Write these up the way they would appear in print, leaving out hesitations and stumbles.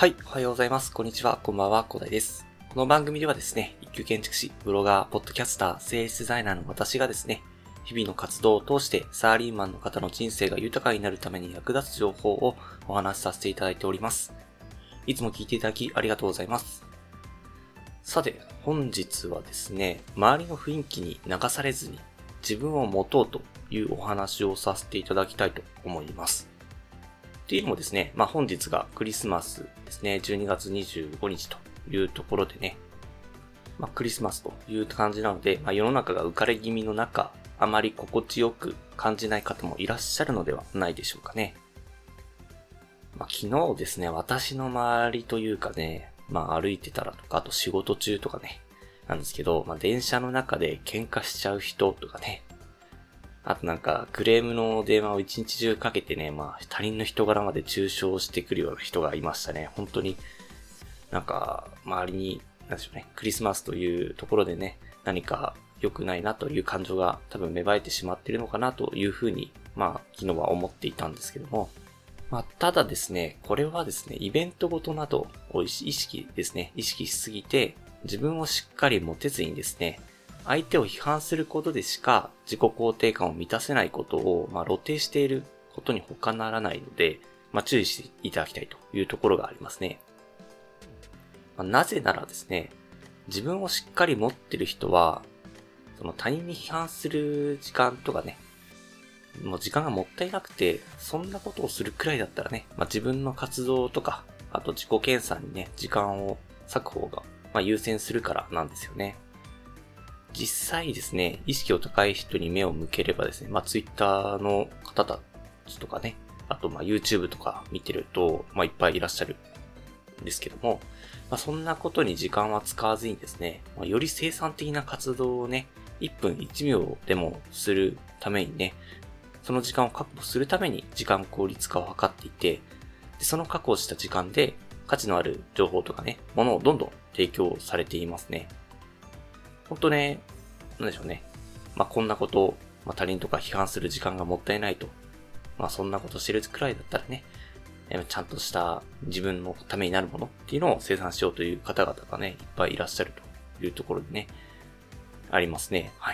はい、おはようございます。こんにちは、こんばんは、小田井です。この番組ではですね、一級建築士、ブロガー、ポッドキャスター、セールスデザイナーの私がですね、日々の活動を通してサラリーマンの方の人生が豊かになるために役立つ情報をお話しさせていただいております。いつも聞いていただきありがとうございます。さて、本日はですね、周りの雰囲気に流されずに自分を持とうというお話をさせていただきたいと思います。っていうのもですね、本日がクリスマスですね、12月25日というところでね、クリスマスという感じなので、世の中が浮かれ気味の中、あまり心地よく感じない方もいらっしゃるのではないでしょうかね。昨日ですね、私の周りというかね、歩いてたらとか、あと仕事中とかね、なんですけど、電車の中で喧嘩しちゃう人とかね、あとクレームの電話を一日中かけてね、他人の人柄まで中傷してくるような人がいましたね。本当に、周りに、なんでしょうね、クリスマスというところでね、何か良くないなという感情が多分芽生えてしまっているのかなというふうに、昨日は思っていたんですけども、ただですね、これはですね、イベントごとなどを意識しすぎて、自分をしっかり持てずにですね、相手を批判することでしか自己肯定感を満たせないことを、露呈していることに他ならないので、注意していただきたいというところがありますね。なぜならですね、自分をしっかり持っている人は、その他人に批判する時間とかね、もう時間がもったいなくて、そんなことをするくらいだったらね、自分の活動とか、あと自己研鑽にね、時間を割く方が、優先するからなんですよね。実際ですね、意識を高い人に目を向ければですね、Twitter の方たちとかね、あとYouTube とか見てると、いっぱいいらっしゃるんですけども、そんなことに時間は使わずにですね、より生産的な活動をね、1分1秒でもするためにね、その時間を確保するために時間効率化を図っていて、でその確保した時間で価値のある情報とかね、ものをどんどん提供されていますね。ほんとね、なんでしょうね。こんなことを、他人とか批判する時間がもったいないと。そんなことしてるくらいだったらね、ちゃんとした自分のためになるものっていうのを生産しようという方々がね、いっぱいいらっしゃるというところでね、ありますね。はい。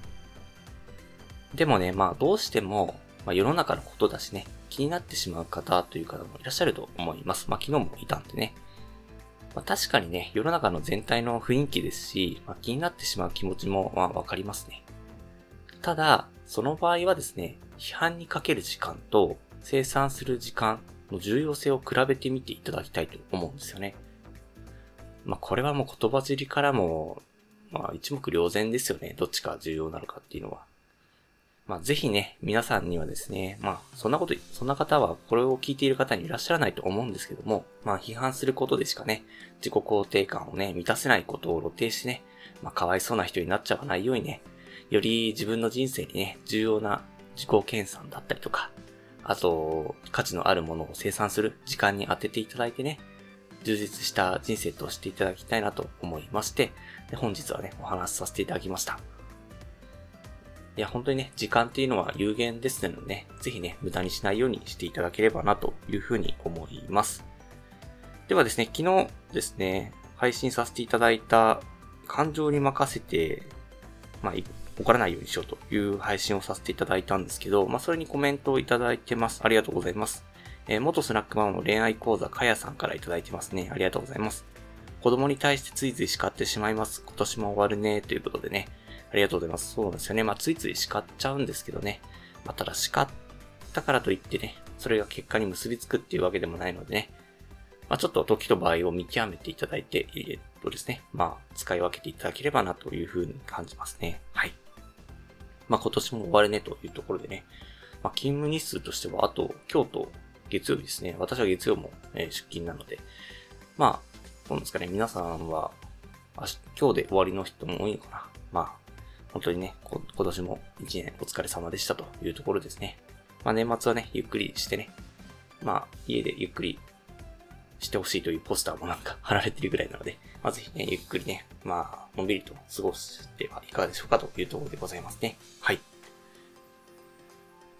でもね、どうしても、世の中のことだしね、気になってしまう方という方もいらっしゃると思います。昨日もいたんでね。確かにね、世の中の全体の雰囲気ですし、気になってしまう気持ちもわかりますね。ただ、その場合はですね、批判にかける時間と生産する時間の重要性を比べてみていただきたいと思うんですよね。これはもう言葉尻からも、一目瞭然ですよね。どっちが重要なのかっていうのは。ぜひね、皆さんにはですね、そんな方はこれを聞いている方にいらっしゃらないと思うんですけども、批判することでしかね、自己肯定感をね、満たせないことを露呈してね、かわいそうな人になっちゃわないようにね、より自分の人生にね、重要な自己研鑽だったりとか、あと、価値のあるものを生産する時間に当てていただいてね、充実した人生としていただきたいなと思いまして、で本日はね、お話しさせていただきました。いや、本当にね、時間っていうのは有限ですのでね、ぜひね、無駄にしないようにしていただければなというふうに思います。ではですね、昨日ですね、配信させていただいた感情に任せて、怒らないようにしようという配信をさせていただいたんですけど、それにコメントをいただいてます。ありがとうございます。元スナックママの恋愛講座かやさんからいただいてますね。ありがとうございます。子供に対してついつい叱ってしまいます。今年も終わるね、ということでね。ありがとうございます。そうなんですよね。ついつい叱っちゃうんですけどね。ただ叱ったからといってね、それが結果に結びつくっていうわけでもないのでね。ちょっと時と場合を見極めていただいて、ですね。使い分けていただければなというふうに感じますね。はい。今年も終わるねというところでね。勤務日数としては、あと、今日と月曜日ですね。私は月曜も、出勤なので。どうなんですかね。皆さんは、今日で終わりの人も多いのかな。本当にね、今年も一年お疲れ様でしたというところですね。年末はね、ゆっくりしてね、家でゆっくりしてほしいというポスターも貼られているぐらいなので、ぜひね、ゆっくりね、のんびりと過ごしてはいかがでしょうかというところでございますね。はい。では、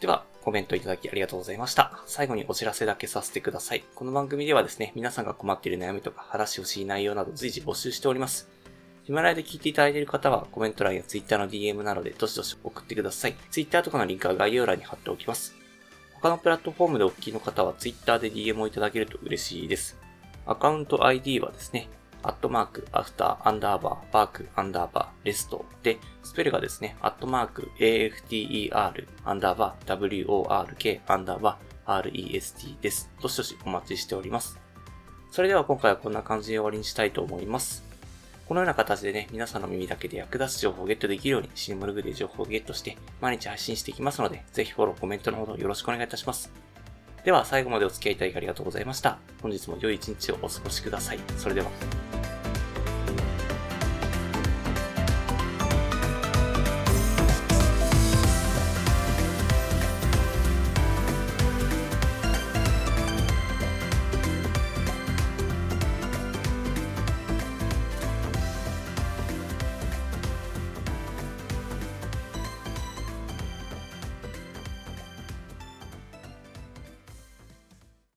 コメントいただきありがとうございました。最後にお知らせだけさせてください。この番組ではですね、皆さんが困っている悩みとか話してほしい内容など随時募集しております。ヒマラヤで聞いていただいている方はコメント欄や Twitter の DM などでどしどし送ってください。Twitter とかのリンクは概要欄に貼っておきます。他のプラットフォームでお聞きの方は Twitter で DM をいただけると嬉しいです。アカウント ID はですね、@after_park_rest で、スペルがですね、@after_work_rest です。どしどしお待ちしております。それでは今回はこんな感じで終わりにしたいと思います。このような形でね、皆さんの耳だけで役立つ情報をゲットできるように、シンブログで情報をゲットして、毎日配信していきますので、ぜひフォロー、コメントのほどよろしくお願いいたします。では、最後までお付き合いいただきありがとうございました。本日も良い一日をお過ごしください。それでは。